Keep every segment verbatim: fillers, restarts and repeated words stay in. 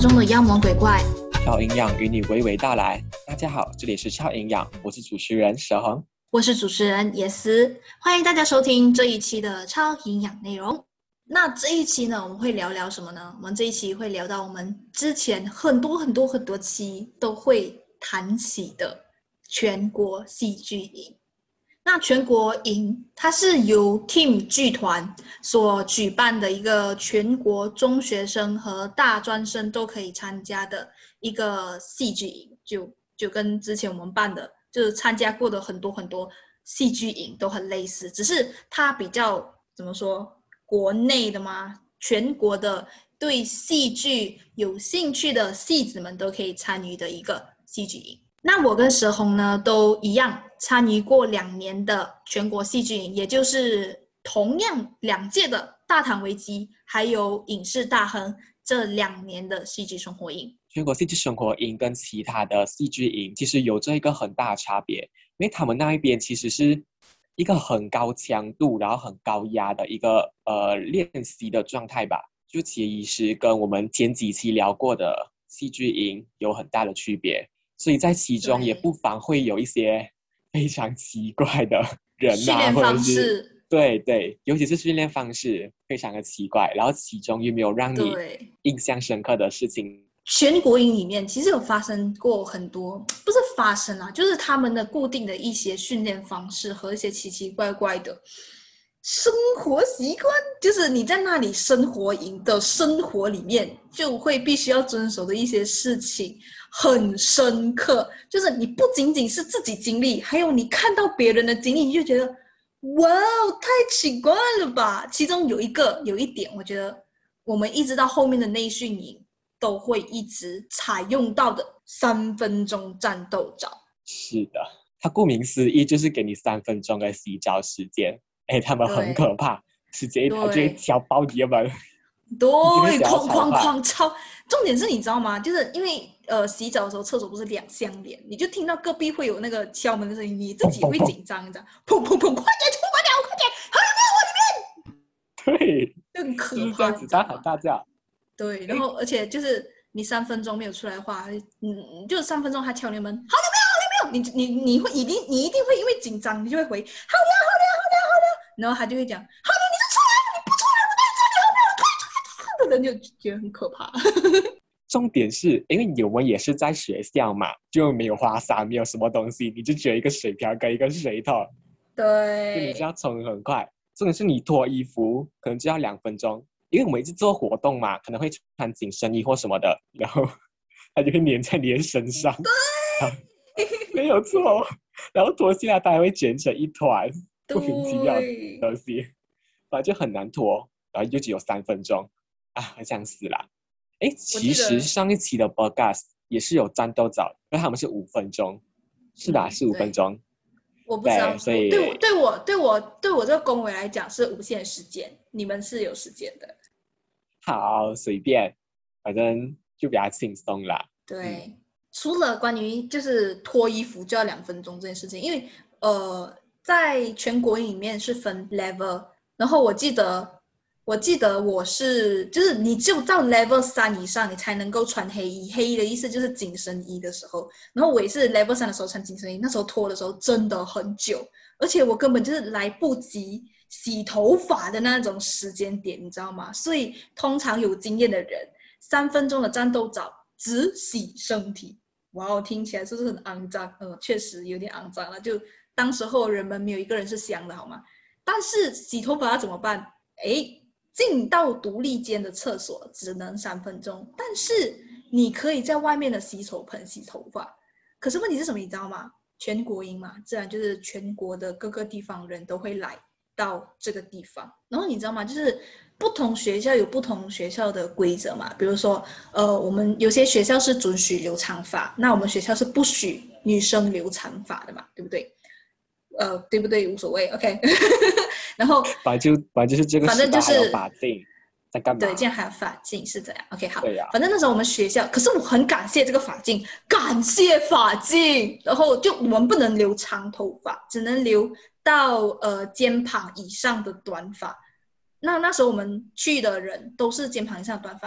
中的妖魔鬼怪， 超营养与你娓娓道来。大家好，这里是超营养，我是主持人佘恒， 我是主持人耶斯，欢迎大家收听这一期的超营养内容。那这一期呢，我们会聊聊什么呢？我们这一期会聊到我们之前很多很多很多期都会谈起的全国戏剧营。那全国营它是由 Team 剧团所举办的一个全国中学生和大专生都可以参加的一个戏剧营，就就跟之前我们办的就是参加过的很多很多戏剧营都很类似，只是它比较怎么说，国内的吗？全国的对戏剧有兴趣的戏子们都可以参与的一个戏剧营。那我跟佘红呢都一样参与过两年的全国戏剧营，也就是同样两届的大唐危机还有影视大亨这两年的戏剧生活营。 全国戏剧生活营跟其他的戏剧营其实有着一个很大的差别，因为他们那一边其实是一个很高强度然后很高压的一个呃练习的状态吧，就其实跟我们前几期聊过的戏剧营有很大的区别，所以在其中也不妨会有一些非常奇怪的人啊， 训练方式， 或者是对对，尤其是训练方式非常的奇怪，然后其中有没有让你印象深刻的事情？ 全国营里面其实有发生过很多，不是发生啊，就是他们的固定的一些训练方式和一些奇奇怪怪的生活习惯，就是你在那里生活营的生活里面就会必须要遵守的一些事情很深刻，就是你不仅仅是自己经历，还有你看到别人的经历，你就觉得哇，太奇怪了吧。其中有一个有一点我觉得我们一直到后面的内训营都会一直采用到的三分钟战斗澡。 是的，它顾名思义就是给你三分钟的洗澡时间。哎，他们很可怕，直接一台就会敲爆你们。 对，哐哐哐敲。重点是你知道吗？就是因为呃洗澡的时候厕所不是两相连，你就听到隔壁会有那个敲门的声音，你自己也会紧张，你知道？砰砰砰，快点出来了，快点，还有没有我里面？ 对， 就很可怕， 就是这样子，大喊大叫。 对，然后而且就是你三分钟没有出来的话，嗯，就三分钟他敲你门，好了没有？好了没有？你你你会一定你一定会因为紧张，你就会回好了好了好了好了，然后他就会讲好了，你就出来，你不出来我在这里，好没有？快出来！人就觉得很可怕。 重点是因为我们也是在学校嘛，就没有花洒，没有什么东西，你就只有一个水瓢跟一个水桶， 对， 就你就要冲很快。重点是你脱衣服可能就要两分钟。因为我们一直做活动嘛，可能会穿紧身衣或什么的，然后它就会粘在你的身上，没有错。然后脱下来，它还会卷成一团莫名其妙的东西，反正就很难脱，然后就只有三分钟啊，很想死啦。哎，其实上一期的 podcast 也是有战斗澡，因为他们是五分钟，是的，是五分钟。 我不知道，所以对我对我对我对我这个工委来讲是无限时间，你们是有时间的。 好，随便，反正就比较轻松啦。 对、嗯，除了关于就是脱衣服就要两分钟这件事情，因为呃，在全国营里面是分 level， 然后我记得我记得我是就是你只有到 level 三以上，你才能够穿黑衣，黑衣的意思就是紧身衣的时候，然后我也是 level 三的时候穿紧身衣，那时候脱的时候真的很久，而且我根本就是来不及洗头发的那种时间点，你知道吗？所以通常有经验的人，三分钟的战斗澡只洗身体，哇，听起来是不是很肮脏？呃，确实有点肮脏了。就当时候人们没有一个人是香的，好吗？但是洗头发要怎么办？哎，进到独立间的厕所只能三分钟，但是你可以在外面的洗手盆洗头发。可是问题是什么？你知道吗？全国营嘛，自然就是全国的各个地方人都会来到这个地方，然后你知道吗？就是不同学校有不同学校的规则嘛，比如说，呃，我们有些学校是准许留长发，那我们学校是不许女生留长发的嘛，对不对？呃，对不对？无所谓 ，OK 。然后， 反正就反正就是这个时代还有法镜在干嘛？ 对，竟然还有法镜是这样 ，OK 好。 对呀、啊。 反正那时候我们学校，可是我很感谢这个法镜，感谢法镜。然后就我们不能留长头发，只能留到呃肩膀以上的短发。那那时候我们去的人都是肩膀以上的短发，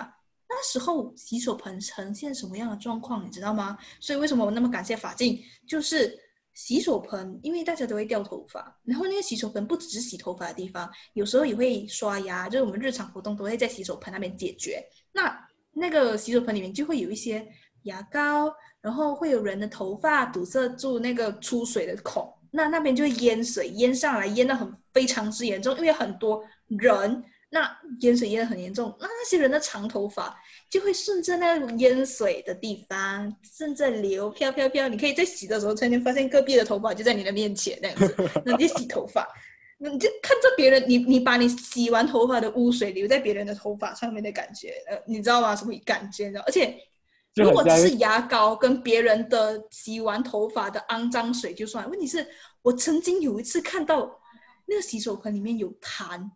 那时候洗手盆呈现什么样的状况，你知道吗？所以为什么我那么感谢法镜？就是洗手盆，因为大家都会掉头发，然后那个洗手盆不只是洗头发的地方，有时候也会刷牙，就是我们日常活动都会在洗手盆那边解决。那那个洗手盆里面就会有一些牙膏，然后会有人的头发堵塞住那个出水的孔，那那边就会淹水，淹上来，淹得很非常之严重，因为很多人。那淹水淹得很严重，那那些人的长头发就会顺着那种淹水的地方顺着流飘飘飘，你可以在洗的时候突然间发现隔壁的头发就在你的面前那样子，那你就洗头发，你就看着别人，你你把你洗完头发的污水留在别人的头发上面的感觉，呃，你知道吗？什么感觉？而且如果只是牙膏跟别人的洗完头发的肮脏水就算，问题是我曾经有一次看到那个洗手盆里面有痰。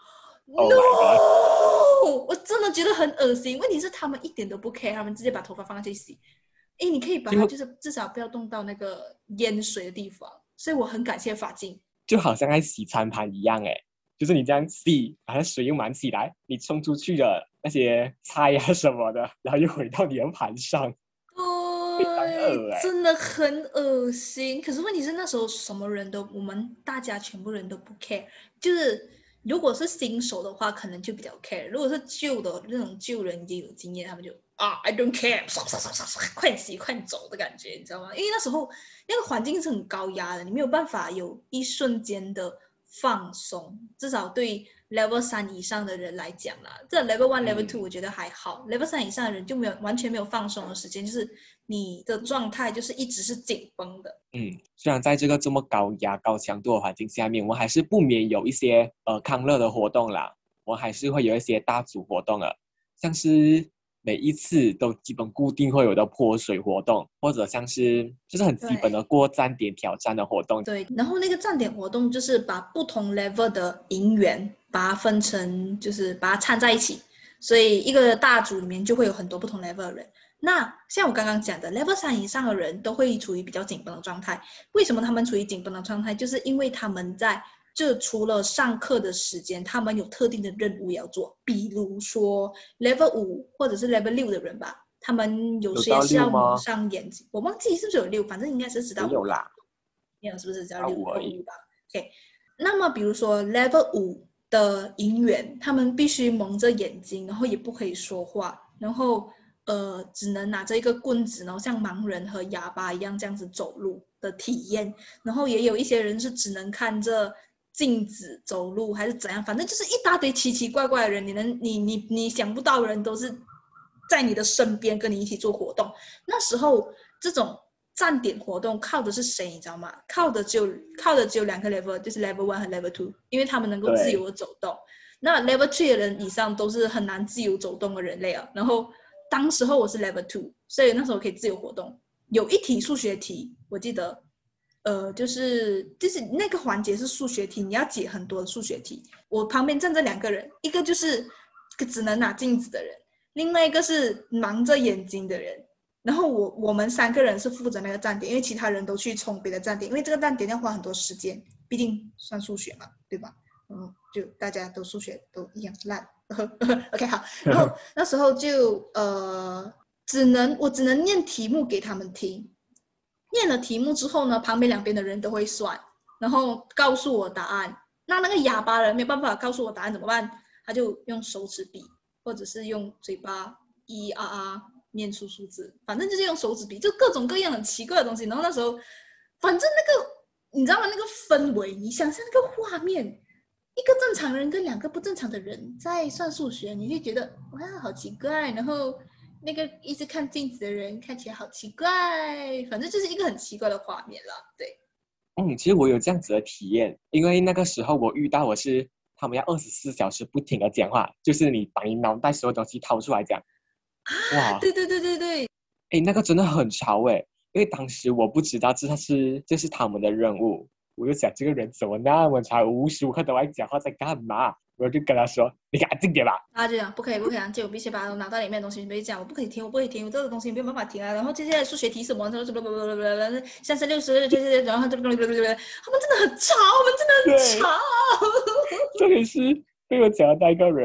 Oh my god！ No！ 我真的觉得很恶心。问题是他们一点都不 care， 他们直接把头发放进去洗。哎，你可以把它就是至少不要动到那个淹水的地方。所以我很感谢法镜， 就好像在洗餐盘一样，哎，就是你这样洗，把它水又满起来，你冲出去的那些菜啊什么的，然后又回到你的盘上。 对，真的很恶心。可是问题是那时候什么人都，我们大家全部人都不 care， 就是。如果是新手的话，可能就比较 care。如果是旧的那种旧人已经有经验，他们就啊 ，I don't care， 快洗快走的感觉，你知道吗？因为那时候那个环境是很高压的，你没有办法有一瞬间的放松。至少对 level 三以上的人来讲啦，这 level one、level two 我觉得还好、嗯、，level 三以上的人就没有完全没有放松的时间，就是你的状态就是一直是紧绷的。 嗯，虽然在这个这么高压、高强度的环境下面，我还是不免有一些呃康乐的活动啦。我还是会有一些大组活动的，像是每一次都基本固定会有的泼水活动，或者像是就是很基本的过站点挑战的活动。 对，然后那个站点活动就是把不同 level 的营员把它分成，就是把它掺在一起，所以一个大组里面就会有很多不同 level 的人。那像我刚刚讲的 level 三以上的人都会处于比较紧绷的状态。为什么他们处于紧绷的状态？就是因为他们在就除了上课的时间，他们有特定的任务要做。比如说 level 五或者是 level 六的人吧，他们有些是要蒙上眼睛，我忘记是不是有六，反正应该是知道没有啦， 没有是不是只要六五而已吧 ？OK， 那么比如说 level 五的营员，他们必须蒙着眼睛，然后也不可以说话，然后呃，只能拿着一个棍子，然后像盲人和哑巴一样这样子走路的体验。然后也有一些人是只能看着镜子走路，还是怎样，反正就是一大堆奇奇怪怪的人，你能你你你想不到的人都是在你的身边跟你一起做活动。那时候这种站点活动靠的是谁，你知道吗？靠的只有靠的只有两个 level， 就是 level one 和 level two， 因为他们能够自由的走动。那 level three 的人以上都是很难自由走动的人类啊。然后当时候我是 level two， 所以那时候可以自由活动。有一题数学题，我记得，呃，就是就是那个环节是数学题，你要解很多的数学题。我旁边站着两个人，一个就是只能拿镜子的人，另外一个是盲着眼睛的人。然后我我们三个人是负责那个站点，因为其他人都去冲别的站点，因为这个站点要花很多时间，毕竟算数学嘛，对吧？嗯，就大家都数学都一样烂。OK， 好，然后那时候就呃，只能我只能念题目给他们听，念了题目之后呢，旁边两边的人都会算，然后告诉我答案。那那个哑巴人没有办法告诉我答案怎么办？他就用手指比，或者是用嘴巴咿啊啊念出数字，反正就是用手指比，就各种各样很奇怪的东西。然后那时候，反正那个你知道吗？那个氛围，你想象那个画面，一个正常人跟两个不正常的人在算数学，你就觉得哇，好奇怪。然后那个一直看镜子的人看起来好奇怪，反正就是一个很奇怪的画面啦。对， 嗯，其实我有这样子的体验，因为那个时候我遇到我是他们要二十四小时不停的讲话，就是你把你脑袋所有东西掏出来讲。 哇，对对对对对， 哎，那个真的很潮哎，因为当时我不知道这是这是他们的任务，我就想这个人怎么那么潮，无时无刻都在讲话，在干嘛？我就跟他说：“你赶紧点吧。” 他就讲不可以不可以啊，就我必须把脑袋里面的东西没讲，我不可以停，我不可以停，我这个东西没有办法停啊。然后接下来数学题什么，他说什么什么什么，三十六十，这些，然后他们真的很吵，我们真的很吵。 特别是被我讲的那个人，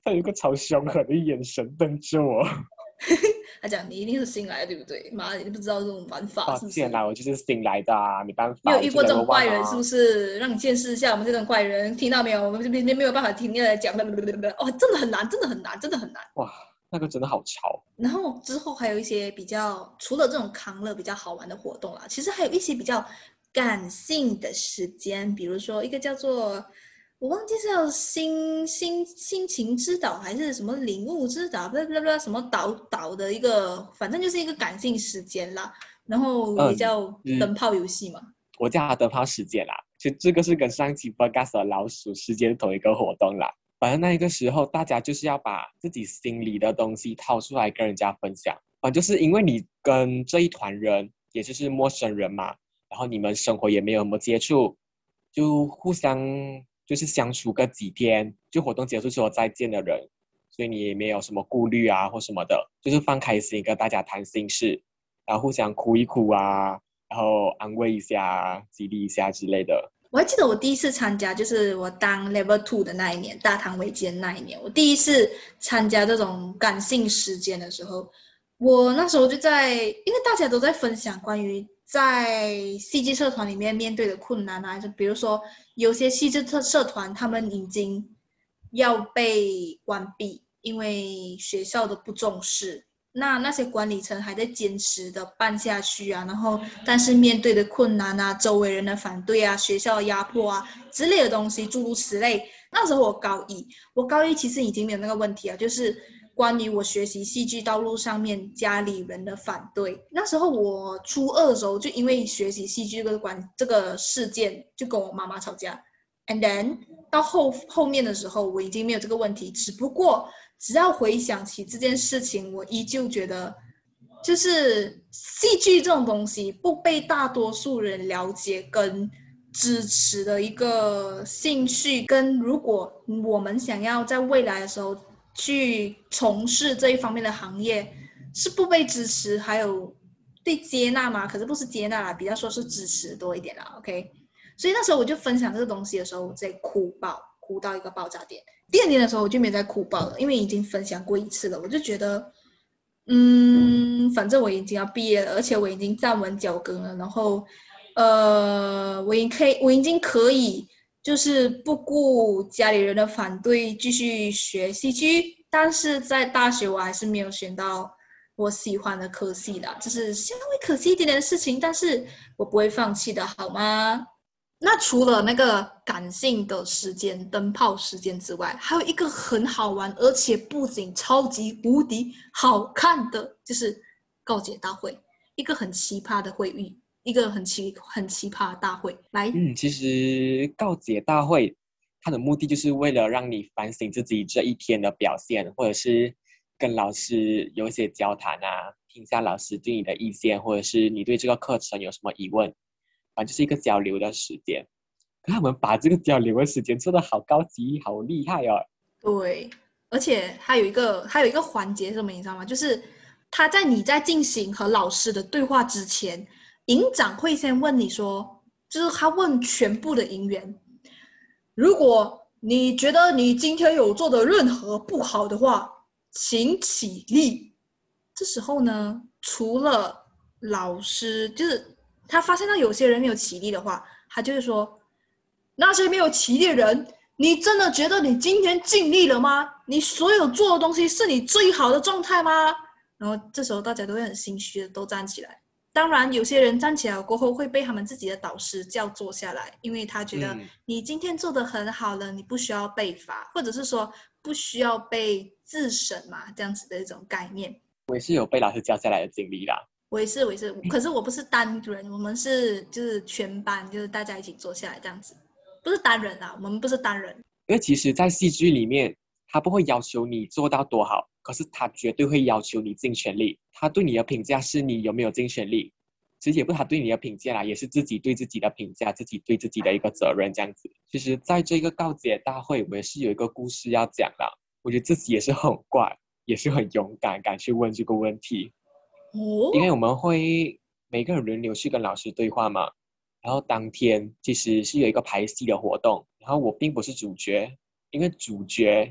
他有一个超凶狠的眼神瞪着我。 他讲你一定是新来的，对不对？妈，你不知道这种玩法是不是？ 抱歉啦，我就是新来的啊，没办法。 没有遇过这种怪人， 啊、 是不是？让你见识一下我们这种怪人，听到没有？我们这边没有办法停下来讲，哦，真的很难，真的很难，真的很难。 哇，那个真的好潮。 然后之后还有一些比较，除了这种康乐比较好玩的活动啦，其实还有一些比较感性的时间，比如说一个叫做我忘记是叫心心心情之岛还是什么领悟之岛，不不不什么岛岛的一个，反正就是一个感性时间啦。然后也叫灯泡游戏嘛。嗯， 我叫它灯泡时间啦，其实这个是跟上期 podcast 的老鼠时间同一个活动啦。反正那一个时候，大家就是要把自己心里的东西掏出来跟人家分享。反正就是因为你跟这一团人，也就是陌生人嘛，然后你们生活也没有什么接触，就互相就是相处个几天，就活动结束之后再见的人，所以你也没有什么顾虑啊或什么的，就是放开心跟大家谈心事，然后互相哭一哭啊，然后安慰一下、激励一下之类的。 我还记得我第一次参加，就是我当 level two 的那一年，大堂围歼那一年，我第一次参加这种感性时间的时候，我那时候就在，因为大家都在分享关于在戏剧社团里面面对的困难啊，就比如说有些戏剧社团他们已经要被关闭，因为学校的不重视。那那些管理层还在坚持的办下去啊，然后但是面对的困难啊，周围人的反对啊，学校的压迫啊之类的东西，诸如此类。那时候我高一，我高一其实已经没有那个问题了，就是关于我学习戏剧道路上面家里人的反对。那时候我初二的时候，就因为学习戏剧这个关这个事件，就跟我妈妈吵架。And then 到后后面的时候，我已经没有这个问题，只不过。只要回想起这件事情，我依旧觉得，就是戏剧这种东西不被大多数人了解跟支持的一个兴趣，跟如果我们想要在未来的时候去从事这一方面的行业，是不被支持，还有被接纳嘛？可是不是接纳啦，比较说是支持多一点啦。OK， 所以那时候我就分享这个东西的时候，我在哭爆，哭到一个爆炸点。第二年的时候我就没再哭爆了，因为已经分享过一次了，我就觉得嗯，反正我已经要毕业了，而且我已经站稳脚跟了，然后呃我已经可以我已经可以就是不顾家里人的反对继续学戏剧，但是在大学我还是没有选到我喜欢的科系啦，这是稍微可惜一点点的事情，但是我不会放弃的好吗？那除了那个感性的时间灯泡时间之外，还有一个很好玩，而且不仅超级无敌好看的，就是告解大会，一个很奇葩的会议，一个很奇很奇葩的大会。来， 嗯，其实告解大会它的目的就是为了让你反省自己这一天的表现，或者是跟老师有一些交谈啊，听一下老师对你的意见，或者是你对这个课程有什么疑问。反正就是一个交流的时间，可他们把这个交流的时间做得好高级，好厉害哦。 对，而且还有一个还有一个环节是什么，你知道吗？就是他在你在进行和老师的对话之前，营长会先问你说，就是他问全部的营员，如果你觉得你今天有做的任何不好的话，请起立。这时候呢，除了老师，就是他发现到有些人没有起立的话，他就会说，那些没有起立的人，你真的觉得你今天尽力了吗？你所有做的东西是你最好的状态吗？然后这时候大家都会很心虚的都站起来。当然有些人站起来过后会被他们自己的导师叫坐下来，因为他觉得你今天做得很好了，你不需要被罚，或者是说不需要被自审嘛，这样子的一种概念。 我也是有被老师叫下来的经历啦。 我也是我也是，可是我不是单人，我们是就是全班，就是大家一起坐下来这样子，不是单人啊，我们不是单人。 因为其实在戏剧里面他不会要求你做到多好，可是他绝对会要求你尽全力。他对你的评价是你有没有尽全力，其实也不是他对你的评价啦，也是自己对自己的评价，自己对自己的一个责任这样子。其实在这个告解大会我也是有一个故事要讲啦，我觉得自己也是很怪，也是很勇敢，敢去问这个问题。 哦， 因为我们会每个人轮流去跟老师对话嘛，然后当天其实是有一个排戏的活动，然后我并不是主角，因为主角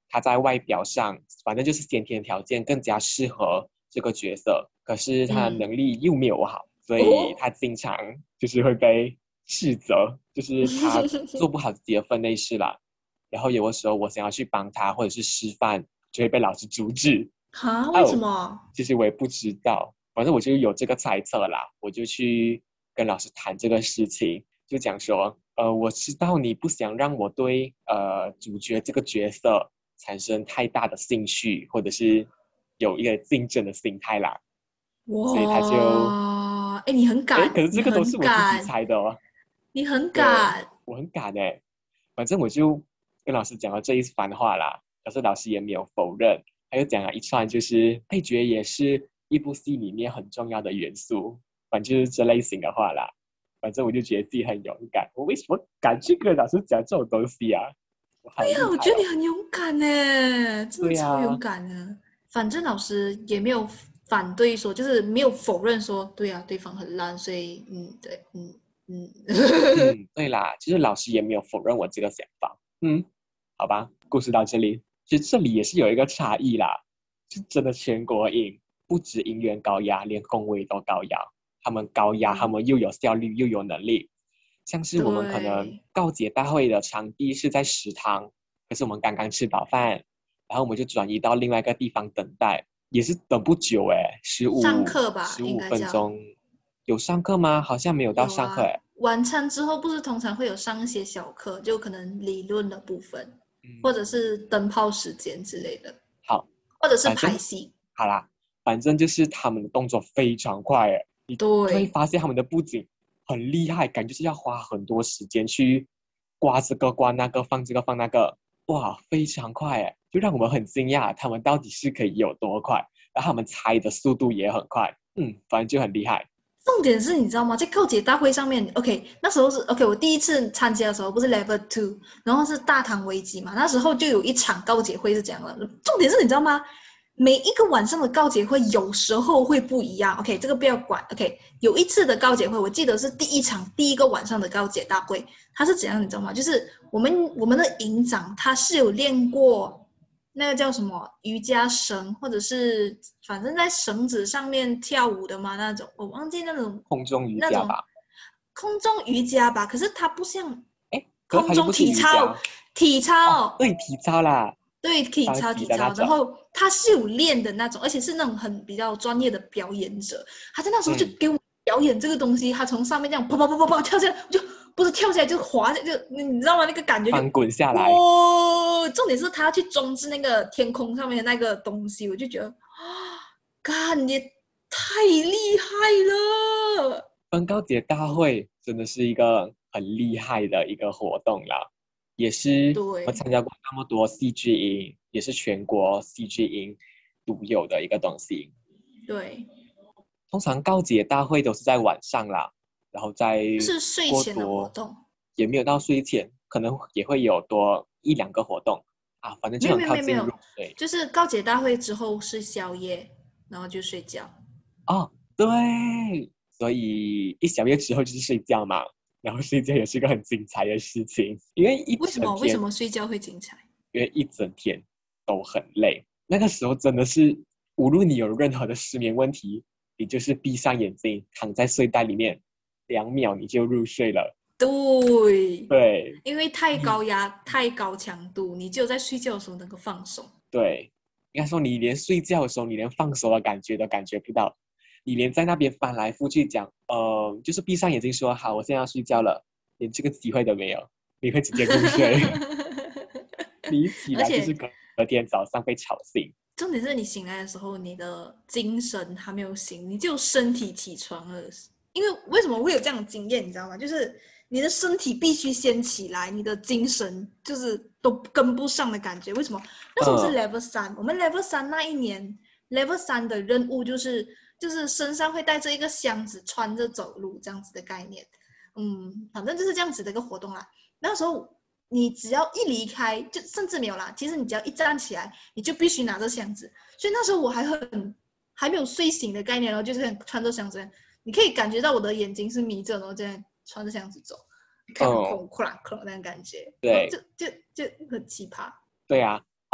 他在外表上反正就是先天条件更加适合这个角色，可是他能力又没有好，嗯、所以他经常就是会被斥责，就是他做不好自己的分内事啦。然后有的时候我想要去帮他或者是示范，就会被老师阻止。 哈？为什么？ 哦，其实我也不知道，反正我就有这个猜测啦，我就去跟老师谈这个事情，就讲说，呃，我知道你不想让我对呃主角这个角色产生太大的兴趣，或者是有一个竞争的心态啦，所以他就， 哇，哎，你很哎， 敢， 可是这个都你很是我自己敢， 猜的哦， 你很对， 敢。 我很敢哎，反正我就跟老师讲了这一番话啦，可是老师也没有否认，他又讲了一串，就是配角也是一部戏里面很重要的元素，反正就是这类型的话啦。反正我就觉得自己很勇敢，我为什么敢去跟老师讲这种东西啊？我好对呀，我厉害哦！ 觉得你很勇敢呢，真的对超勇呀、 敢的。反正老师也没有反对说，就是没有否认说，对呀，对方很烂，所以嗯，对，嗯嗯。 嗯，对啦，其实老师也没有否认我这个想法。嗯，好吧，故事到这里，其实这里也是有一个差异啦，就真的全国赢，不止音源高压，连工位都高压。他们高压，他嗯， 们又有效率又有能力。像是我们可能对， 告解大会的场地是在食堂，可是我们刚刚吃饱饭，然后我们就转移到另外一个地方等待，也是等不久诶，十上五课吧， 十五应该叫。 分钟。有上课吗？好像没有到有啊， 上课诶。 晚餐之后不是通常会有上一些小课，就可能理论的部分，或者嗯， 是灯泡时间之类的， 好。 或者是反正排戏。 好啦，反正就是他们的动作非常快，诶，你就会对， 发现他们的布景很厉害，感觉是要花很多时间去刮这个刮那个，放这个放那个，哇，非常快，诶，就让我们很惊讶，他们到底是可以有多快，然后他们猜的速度也很快，嗯，反正就很厉害。 重点是你知道吗？在告解大会上面，OK，那时候是 OK，我第一次参加的时候不是 Level Two，然后是大唐危机嘛，那时候就有一场告解会是这样的。重点是你知道吗？每一个晚上的告解会有时候会不一样，OK，这个不要管，OK。有一次的告解会，我记得是第一场第一个晚上的告解大会，它是怎样，你知道吗？就是我们我们的营长他是有练过那个叫什么瑜伽绳，或者是反正在绳子上面跳舞的嘛那种，我忘记那种空中瑜那种伽吧？ 空中瑜伽吧，可是它不像哎，可是空中它又不是体操， 瑜伽体哦， 操。 对，体操啦， 对，体高级操体操，然的那种， 后他是有练的那种，而且是那种很比较专业的表演者。他在那时候就嗯， 给我表演这个东西，他从上面这样啪啪啪啪啪跳下来，就不是跳下来就滑下，就你知道吗？那个感觉就翻滚下来。 哇！重点是他要去装置那个天空上面的那个东西，我就觉得啊，干你太厉害了！ 分高节大会真的是一个很厉害的一个活动啦，也是我对参加过那么多戏剧营，也是全国戏剧营独有的一个东西。 对， 通常告解大会都是在晚上啦，然后在就是睡前的活过多动。 也没有到睡前，可能也会有多一两个活动啊，反正就没有很靠近没有没有没有， 入睡。 就是告解大会之后是宵夜，然后就睡觉。 哦，对，所以一小夜之后就是睡觉嘛，然后睡觉也是一个很精彩的事情，因为一为什么？为什整天， 么睡觉会精彩？ 因为一整天都很累，那个时候真的是，无论你有任何的失眠问题，你就是闭上眼睛，躺在睡袋里面，两秒你就入睡了。 对， 对， 因为太你高压、太高强度，你只有在睡觉的时候能够放松。 对，应该说你连睡觉的时候，你连放松的感觉都感觉不到，你连在那边翻来覆去讲，呃，就是闭上眼睛说好，我现在要睡觉了，连这个机会都没有，你会直接入睡，你一起而且来就是隔隔天早上被吵醒。 重点是你醒来的时候，你的精神还没有醒，你就身体起床了。因为为什么会有这样的经验，你知道吗？就是你的身体必须先起来，你的精神就是都跟不上的感觉。为什么？那时候是嗯 level 三，我们 level 三那一年，level 三的任务就是就是身上会带着一个箱子，穿着走路这样子的概念。嗯，反正就是这样子的一个活动啦。那时候你只要一离开，就甚至没有啦。其实你只要一站起来，你就必须拿着箱子。所以那时候我还很还没有睡醒的概念，然后就是穿着箱子，你可以感觉到我的眼睛是眯着，然后这样穿着箱子走，看嗯， 空空空那种感觉，然后就对就就很奇葩。 对啊，哦，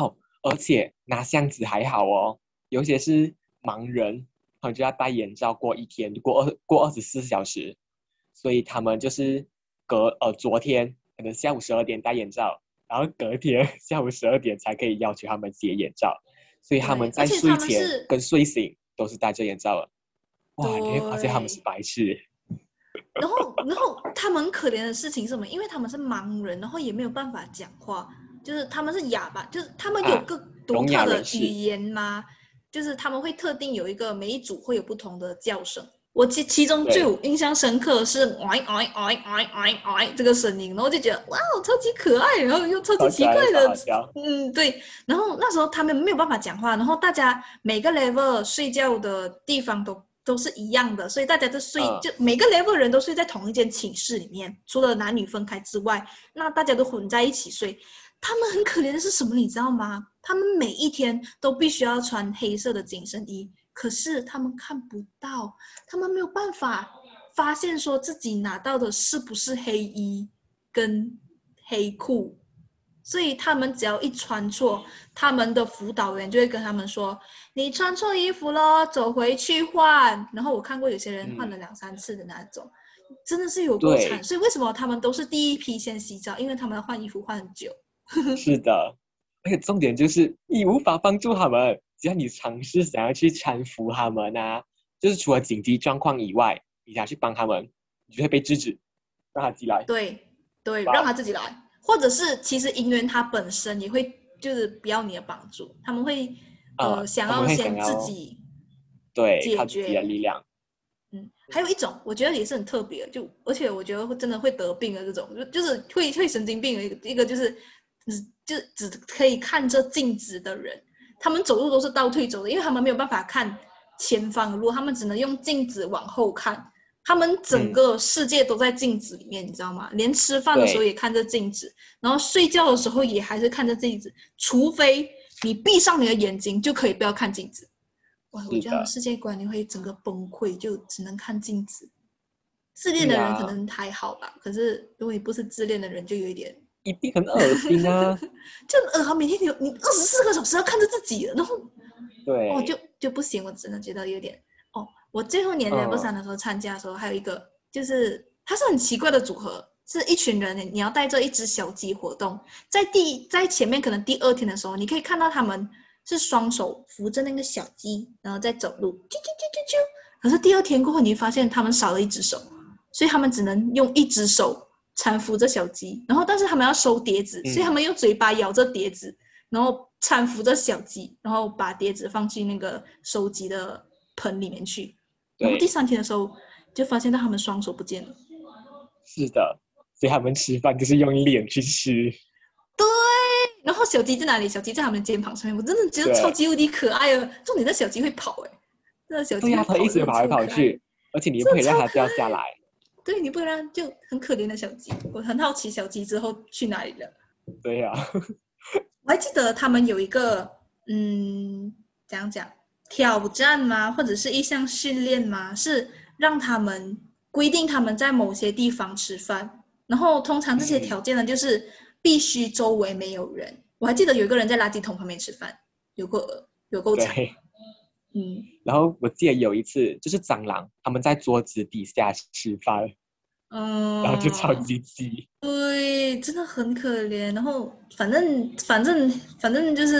而且拿箱子还好哦，有些是盲人，他们就要戴眼罩过一天，过二过二十四小时，所以他们就是隔呃昨天可能下午十二点戴眼罩，然后隔天下午十二点才可以要求他们解眼罩，所以他们对，而在且他们睡前是跟睡醒都是戴着眼罩的。哇，你会发现他们是对。 白痴。 然后，然后他们很可怜的事情是什么？因为他们是盲人，然后也没有办法讲话，就是他们是哑巴，就是他们有啊， 个独聋特的语哑人士。 言吗？就是他们会特定有一个每一组会有不同的叫声。我其其中最对， 有印象深刻的是哎哎哎哎哎哎这个声音，然后就觉得哇，超级可爱，然后又超级超可爱，超奇怪的， 好笑。 嗯，对。然后那时候他们没有办法讲话，然后大家每个 level 睡觉的地方都都是一样的，所以大家都睡， 嗯就每个 level 人都睡在同一间寝室里面，除了男女分开之外，那大家都混在一起睡。他们很可怜的是什么，你知道吗？他们每一天都必须要穿黑色的紧身衣，可是他们看不到，他们没有办法发现说自己拿到的是不是黑衣跟黑裤，所以他们只要一穿错，他们的辅导员就会跟他们说：“你穿错衣服了，走回去换。”然后我看过有些人换了嗯， 两三次的那种，真的是有够惨。 对， 所以为什么他们都是第一批先洗澡？因为他们换衣服换很久。 是的。而且重点就是你无法帮助他们，只要你尝试想要去搀扶他们啊，就是除了紧急状况以外，你想去帮他们，你就会被制止，让他进来。 对对，让哇， 他自己来，或者是其实银元他本身也会就是不要你的帮助，他们会啊、 呃想他们会想要先自要己解对靠自己的决。 力量。 嗯，还有一种我觉得也是很特别，就而且我觉得会真的会得病的这种，就就是会会神经病的一个一个就是只就只可以看着镜子的人，他们走路都是倒退走的，因为他们没有办法看前方的路，他们只能用镜子往后看。他们整嗯， 个世界都在镜子里面，你知道吗？连吃饭的时候对， 也看着镜子，然后睡觉的时候也还是看着镜子，除非你闭上你的眼睛，就可以不要看镜子。哇，我觉得他们是的， 世界观你会整个崩溃，就只能看镜子。自恋的人可对呀、 能还好吧，可是如果你不是自恋的人，就有一点， 一定很恶心啊。 就呃，每天你你二十四个小时要看着自己，然后哦就对， 就不行，我真的觉得有点哦。我最后年 level 三嗯的时候参加的时候，还有一个就是它是很奇怪的组合，是一群人，你要带着一只小鸡活动，在第在前面可能第二天的时候，你可以看到他们是双手扶着那个小鸡，然后再走路，啾啾啾啾啾。可是第二天过后，你会发现他们少了一只手，所以他们只能用一只手搀扶着小鸡，然后但是他们要收碟子，所以他嗯， 们用嘴巴咬着碟子，然后搀扶着小鸡，然后把碟子放进那个收集的盆里面去。然后第对， 三天的时候，就发现到他们双手不见了。 是的，所以他们吃饭就是用脸去吃。 对，然后小鸡在哪里？小鸡在他们的肩膀上面，我真的觉得超对， 级无敌可爱的。重点，那小鸡会跑哎，那小对呀、他一鸡会跑，真的直跑来超可爱， 跑去，而且你又不可以让它真的超可掉下来。 爱。对，你不然就很可怜的小鸡。我很好奇小鸡之后去哪里了。 对呀、 我还记得他们有一个，嗯，怎样讲挑战吗？或者是一项训练吗？是让他们规定他们在某些地方吃饭，然后通常这些条嗯， 件呢，就是必须周围没有人。我还记得有一个人在垃圾桶旁边吃饭，有够有够惨。 对。 嗯然后我记得有一次就是蟑螂，他们在桌子底下吃饭，然后就超嗯， 级挤。 对，真的很可怜。然后反正反正反正就是，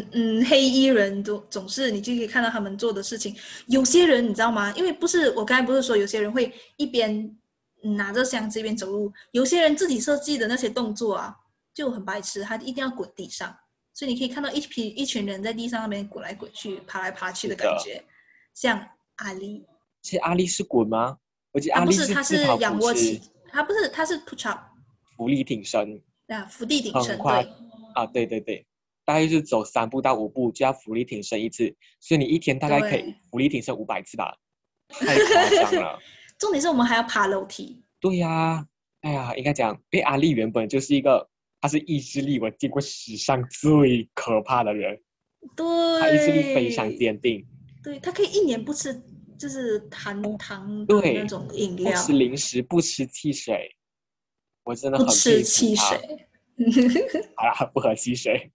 嗯，黑衣人总总是你就可以看到他们做的事情。有些人你知道吗？因为不是我刚才不是说有些人会一边拿着箱子一边走路，有些人自己设计的那些动作啊就很白痴，他一定要滚地上，所以你可以看到一批一群人在地上那边滚来滚去、爬来爬去的感是的， 觉，像阿丽。 其实阿力是滚吗？我记得阿力他不是，他是是自讨苦吃， 仰卧起，他不是，他是 push up 浮力挺身， 啊，伏地挺身， 很夸对啊，对对对，大概就是走三步到五步就要浮力挺身一次，所以你一天大概可以对。 浮力挺身五百次吧，太夸张了。 重点是我们还要爬楼梯。 对呀、啊，哎呀，应该讲，因为阿力原本就是一个，他是意志力我见过史上最可怕的人，他意志力非常对， 坚定。 对，他可以一年不吃就是含糖的那对， 种饮不吃料， 零食，不吃汽水，我真的不很佩吃汽服他。 水。 好啦，不喝汽水。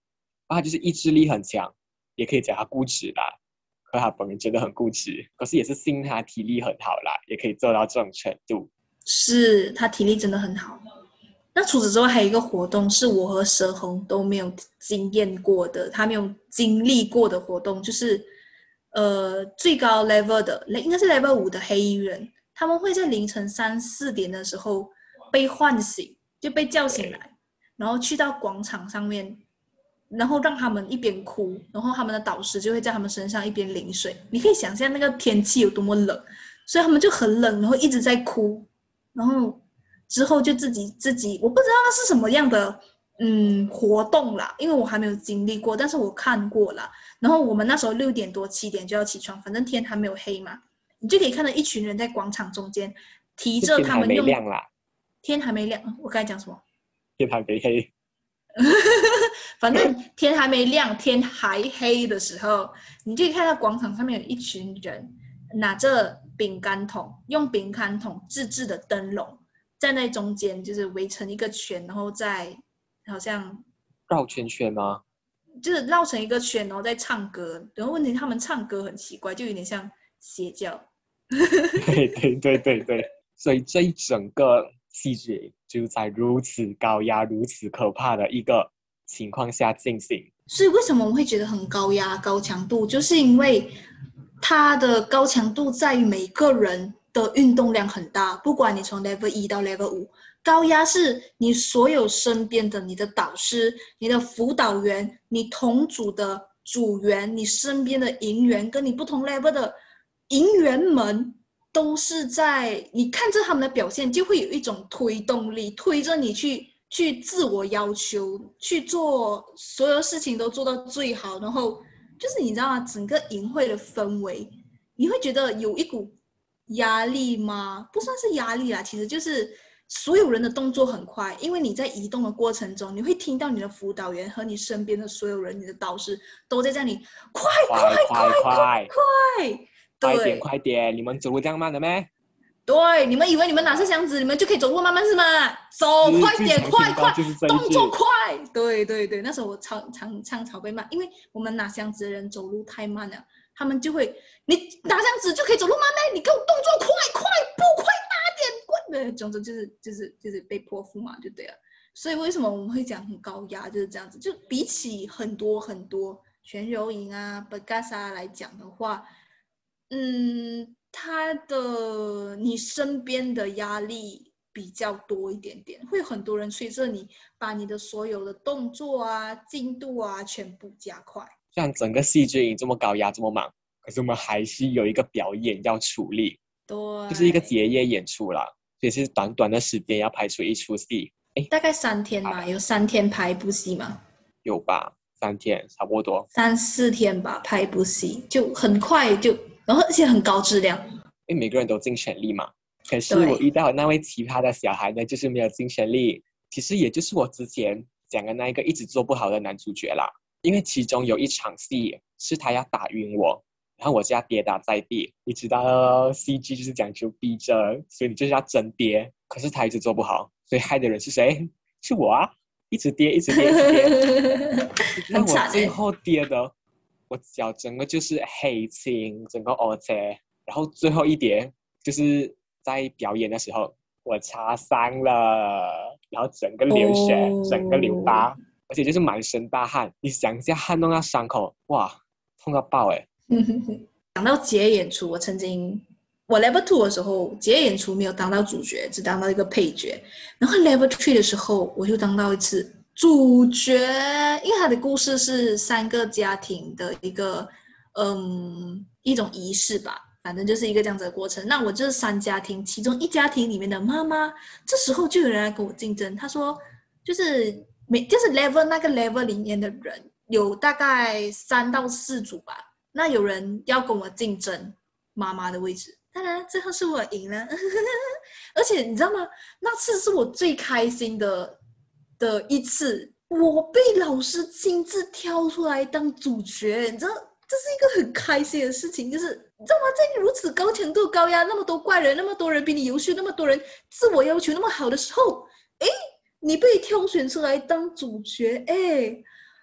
他就是意志力很强，也可以讲他固执啦。可他本人真的很固执，可是也是信他体力很好啦，也可以做到这种程度。 是他体力真的很好。那除此之外，还有一个活动是我和蛇红都没有经验过的，他没有经历过的活动，就是呃最高 level 的，应该是 level 五的黑衣人，他们会在凌晨三四点的时候被唤醒，就被叫醒来，然后去到广场上面，然后让他们一边哭，然后他们的导师就会在他们身上一边淋水。你可以想象那个天气有多么冷，所以他们就很冷，然后一直在哭，然后之后就自己自己，我不知道那是什么样的嗯活动啦，因为我还没有经历过，但是我看过啦。然后我们那时候六点多七点就要起床，反正天还没有黑嘛，你就可以看到一群人在广场中间提着他们用天还没亮啦， 天还没亮，我刚才讲什么？ 天还没黑。 反正天还没亮，天还黑的时候，你就可以看到广场上面有一群人拿着饼干桶，用饼干桶自制的灯笼，站在中间，就是围成一个圈，然后再好像绕圈圈吗？ 就是绕成一个圈，然后再唱歌。然后问题他们唱歌很奇怪，就有点像邪教。 对对对对对，所以这一整个戏剧就在如此高压、如此可怕的一个情况下进行。 所以为什么我会觉得很高压、高强度，就是因为它的高强度在于每个人的运动量很大，不管你从 level 一到 level 五，高压是你所有身边的你的导师、你的辅导员、你同组的组员、你身边的营员，跟你不同 level 的营员们，都是在你看着他们的表现，就会有一种推动力，推着你去去自我要求，去做所有事情都做到最好，然后就是你知道吗？整个营会的氛围，你会觉得有一股压力吗？不算是压力啦，其实就是所有人的动作很快，因为你在移动的过程中，你会听到你的辅导员和你身边的所有人，你的导师都在叫你快快快快快快点快点！你们走路这样慢的咩？ 对，你们以为你们拿着箱子，你们就可以走路慢慢是吗？走快点，快快，动作快！对对对，那时候我常常常常被骂，因为我们拿箱子的人走路太慢了，他们就会，你拿箱子就可以走路慢咩？你给我动作快快，步快大点，快！对，总之就是就是就是被泼妇嘛，就对了。所以为什么我们会讲很高压，就是这样子。就比起很多很多全柔营啊、巴嘎萨来讲的话，嗯。他的你身边的压力比较多一点点，会有很多人催着你把你的所有的动作啊、进度啊全部加快。 虽然整个戏剧这么高压、这么忙，可是我们还是有一个表演要处理， 对， 就是一个结业演出啦，所以是短短的时间要拍出一出戏。 大概三天嘛，有三天拍一部戏吗？ 有吧，三天差不多， 三四天吧，拍一部戏就很快就。然后而且很高质量， 因为每个人都尽全力嘛。可是我遇到的那位奇葩的小孩呢，就是没有尽全力。其实也就是我之前讲的那一个一直做不好的男主角啦。因为其中有一场戏是他要打晕我，然后我就要跌打在地。你知道 C G 就是讲究逼真，所以你就是要真跌。可是他一直做不好，所以害的人是谁？是我啊！一直跌，一直跌，一直跌。那我最后跌的。我脚整个就是黑青，整个 O C， 然后最后一叠就是在表演的时候我擦伤了，然后整个流血， oh. 整个流疤，而且就是满身大汗。你想一下撼动到伤口，哇，痛到爆哎！ 讲到结演出，我曾经我 level two 的时候结演出没有当到主角，只当到一个配角，然后 level three 的时候我就当到一次主角，因为他的故事是三个家庭的一个嗯一种仪式吧，反正就是一个这样子的过程。那我就是三家庭其中一家庭里面的妈妈，这时候就有人来跟我竞争，他说就是每就是 level 那个 level 里面的人有大概三到四组吧，那有人要跟我竞争妈妈的位置，当然最后是我赢了而且你知道吗，那次是我最开心的的一次，我被老师亲自挑出来当主角，你知道这是一个很开心的事情，就是你知道吗，在如此高强度高压，那么多怪人，那么多人比你优秀，那么多人自我要求那么好的时候，诶，你被挑选出来当主角，诶，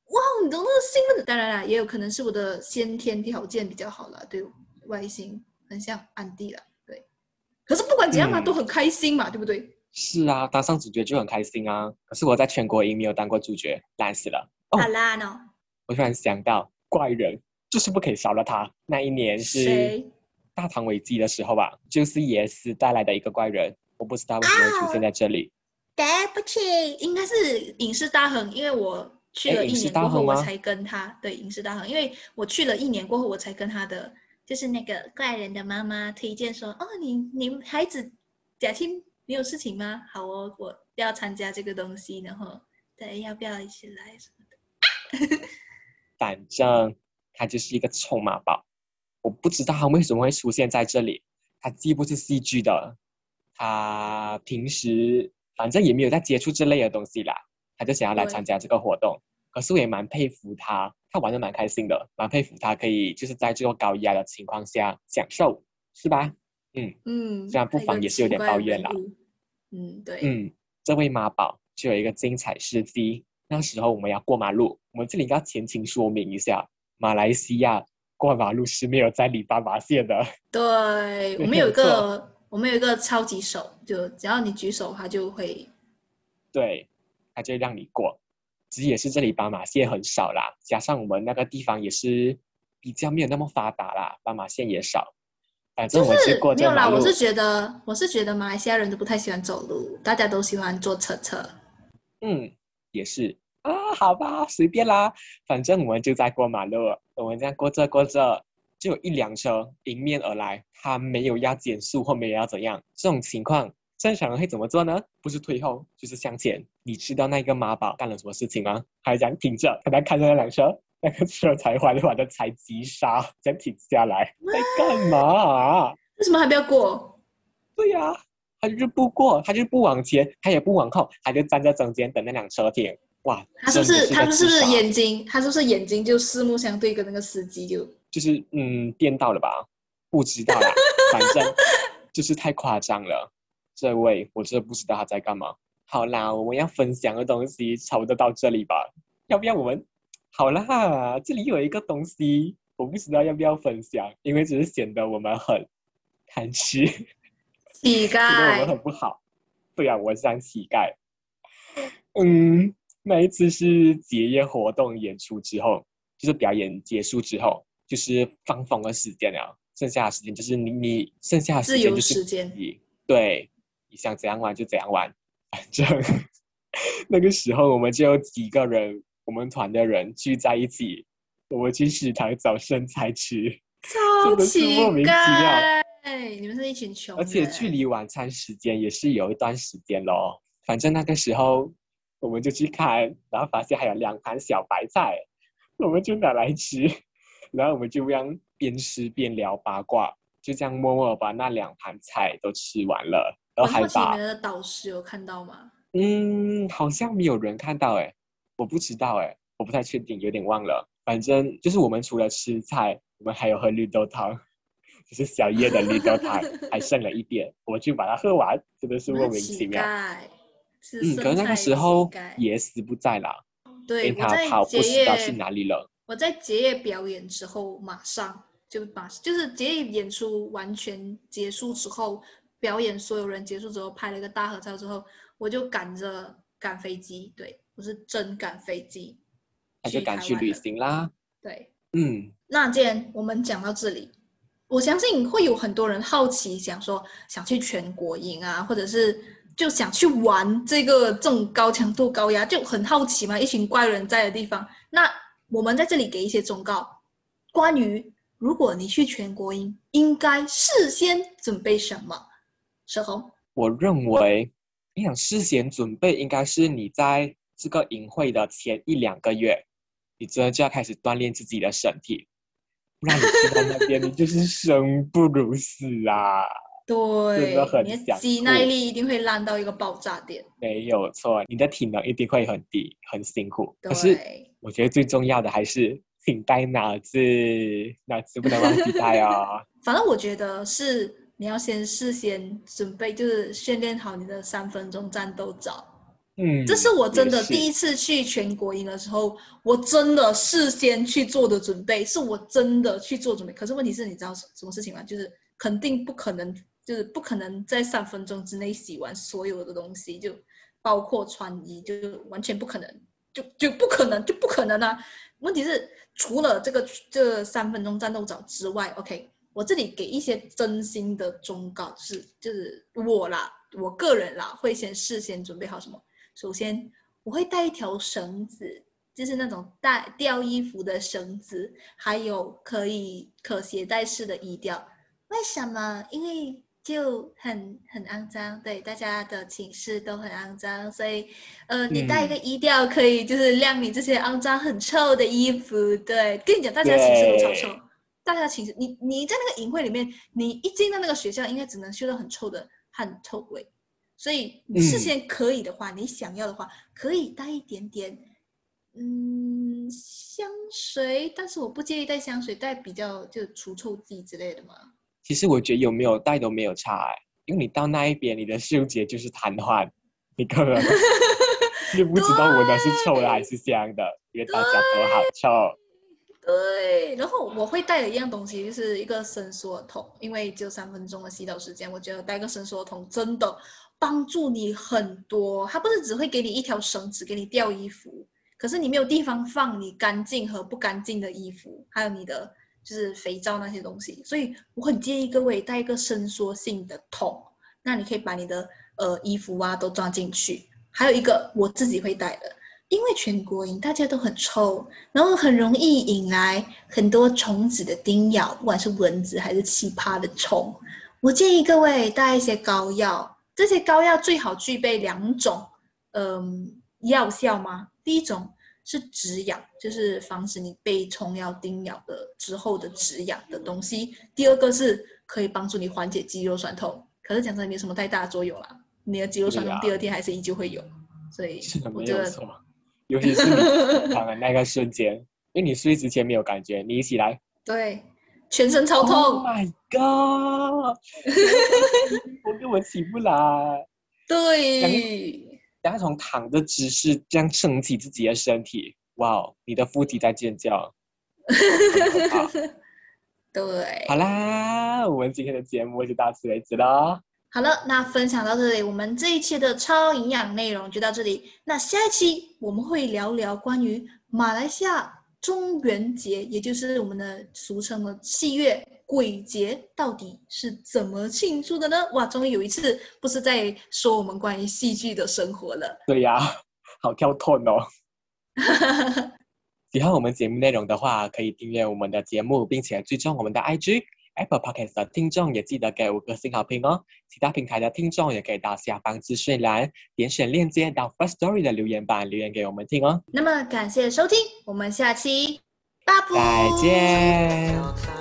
哇，你都那么兴奋的，当然啦，也有可能是我的先天条件比较好啦，对外形很像安迪啦，对。可是不管怎样嘛， 嗯， 都很开心嘛，对不对？ 是啊，当上主角就很开心啊。可是我在全国营没有当过主角，烂死了。 好哦， 啦呢， 我突然想到，怪人就是不可以少了他。那一年是谁大唐危机的时候吧，就是耶斯带来的一个怪人，我不知道为什么会出现啊？ 在这里。 对不起，应该是影视大亨，因为我去哎， 了一影视年过后， 大亨吗？ 我才跟他对影视大亨，因为我去了一年过后，我才跟他的就是那个怪人的妈妈推荐说，哦，你你孩子假期没有事情吗？好哦，我要参加这个东西，然后对，要不要一起来什么的？ 反正他就是一个臭马宝，我不知道他为什么会出现在这里。他既不是戏剧的，他平时反正也没有在接触这类的东西啦，他就想要来参对， 加这个活动。可是我也蛮佩服他，他玩的蛮开心的，蛮佩服他可以就是在这个高压的情况下享受，是吧？嗯，虽嗯， 然不他一个妨也是有点奇怪的抱怨啦。 人物，嗯，对。 嗯，这位妈宝就有一个精彩事迹。那时候我们要过马路，我们这里要前情说明一下，马来西亚过马路是没有在理斑马线的， 对，我没们有一有错。 个，我们有一个超级手，就只要你举手，它就会。 对，他就会让你过。只是也是这里斑马线很少啦，加上我们那个地方也是比较没有那么发达啦，斑马线也少。反就正我们就过是没有啦。我是这马路， 觉得，我是觉得马来西亚人都不太喜欢走路，大家都喜欢坐车车。 嗯，也是啊，好吧，随便啦，反正我们就在过马路，我们这样过着过着，就有一辆车迎面而来，他没有要减速或没有要怎样，这种情况正常人会怎么做呢？不是退后就是向前。你知道那个妈宝干了什么事情吗？还讲停着，他在看着那辆车，那个车才缓缓的踩急刹，才停下来，在干嘛啊？ 为什么还不要过？ 对呀、啊，他就是不过，他就不往前，他也不往后，他就站在中间等那辆车停。哇， 他是不是真的是个他是不是智商， 眼睛？他是不是眼睛就四目相对，跟那个司机就就是嗯颠倒了吧？不知道啦，反正就是太夸张了。这位我真的不知道他在干嘛。好啦，我们要分享的东西差不多到这里吧，要不要我们？好啦，这里有一个东西，我不知道要不要分享，因为只是显得我们很贪吃。 乞觉得我们很丐。 不好。对啊，我像乞丐。嗯，那一次是结业活动演出之后，就是表演结束之后，就是放风的时间了。剩下的时间就是你你剩下的时自由间就是时间。 你对，你想怎样玩就怎样玩。反正那个时候我们就有几个人，我们团的人聚在一起，我们去食堂找剩菜吃，真的是超乞莫名其妙。 丐！你们是一群而穷人。 且距离晚餐时间也是有一段时间咯。反正那个时候我们就去看，然后发现还有两盘小白菜，我们就拿来吃，然后我们就这样边吃边聊八卦，就这样默默把那两盘菜都吃完了，然后我很好奇你们还把的导师有看到吗？ 嗯，好像没有人看到诶，我不知道诶，我不太确定，有点忘了。反正就是我们除了吃菜，我们还有喝绿豆汤。就是小叶的绿豆汤还剩了一点，我就把它喝完，真的是莫我们是名其妙。 乞丐，是嗯，可是那个生菜时候乞丐。 椰丝不在啦，因对， 为他我在跑不结知道去业， 哪里了。 我在结业表演之后，马上就马就是结业演出完全结束之后，表演所有人结束之后，拍了一个大合照之后，我就赶着赶飞机，对，我是真赶飞机他就去赶去旅台湾的。 行啦。 对， 嗯， 那既然我们讲到这里，我相信会有很多人好奇，想说想去全国营啊，或者是就想去玩这个这种高强度高压，就很好奇嘛，一群怪人在的地方。那我们在这里给一些忠告，关于如果你去全国营，应该事先准备什么？沈红。 我认为你想事先准备，应该是你在这个营会的前一两个月，你真的就要开始锻炼自己的身体，不然你去到那边，你就是生不如死啊！真的对， 很你的想肌耐吐。 力一定会烂到一个爆炸点。 没有错，你的体能一定会很低，很辛苦。可是对。 我觉得最重要的还是请带脑子，脑子不能忘记带哦。 反正我觉得是你要先事先准备，就是训练好你的三分钟战斗招。 嗯， 这是我真的也是第一次去全国营的时候，我真的事先去做的准备，是我真的去做准备。可是问题是，你知道什么事情吗？就是肯定不可能，就是不可能在三分钟之内洗完所有的东西，就包括穿衣，就完全不可能，就就不可能，就不可能啊！问题是，除了这个这三分钟战斗澡之外 ，OK， 我这里给一些真心的忠告，就是就是我啦，我个人啦，会先事先准备好什么。首先，我会带一条绳子，就是那种带吊衣服的绳子，还有可以可携带式的衣吊。为什么？因为就很很肮脏，对，大家的寝室都很肮脏，所以呃，你带一个嗯， 衣吊可以就是晾你这些肮脏很臭的衣服。对，跟你讲，大家寝室都超臭， 对， 大家寝室，你你在那个营会里面，你一进到那个学校，应该只能嗅到很臭的汗臭味。所以你事嗯。 先可以的话，你想要的话，可以带一点点，嗯，香水，但是我不介意带香水，带比较就除臭剂之类的嘛。 其实我觉得有没有带都没有差哎，因为你到那一边，你的嗅觉就是瘫痪，你根本就不知道闻的是臭的还对是香的，因为大家都好对臭。 对，然后我会带的一样东西就是一个伸缩桶，因为只有三分钟的洗澡时间，我觉得带个伸缩桶真的帮助你很多。它不是只会给你一条绳子给你吊衣服，可是你没有地方放你干净和不干净的衣服，还有你的就是肥皂那些东西，所以我很建议各位带一个伸缩性的桶，那你可以把你的呃衣服啊都装进去。还有一个我自己会带的，因为全国营大家都很臭，然后很容易引来很多虫子的叮咬，不管是蚊子还是其他的虫。我建议各位带一些膏药，这些膏药最好具备两种，嗯，药效吗？第一种是止痒，就是防止你被虫咬叮咬的之后的止痒的东西；第二个是可以帮助你缓解肌肉酸痛，可是讲真的没什么太大的作用啦，你的肌肉酸痛第对呀、 二天还是依旧会有，所以是的， 我觉得没有错。尤其是你躺的那个瞬间，因为你睡之前没有感觉，你一起来对，全身超 ，Oh 痛。 my god，全身我根本起不来。想对， 想从躺的姿势这样撑起自己的身体，哇哦，你的腹肌在尖叫，很可怕。好对， 啦，我们今天的节目就到此为止了。 好了，那分享到这里，我们这一期的超营养内容就到这里。那下一期我们会聊聊关于马来西亚中元节，也就是我们的俗称的七月鬼节，到底是怎么庆祝的呢？哇，终于有一次不是在说我们关于戏剧的生活了。 对呀，好跳痛哦。喜欢我们节目内容的话，可以订阅我们的节目，并且追踪我们的 I G。Apple Podcast 的听众也记得给五个星好评哦。其他平台的听众也可以到下方资讯栏点选链接到 First Story 的留言板留言给我们听哦。 那么感谢收听，我们下期拜再拜。 见。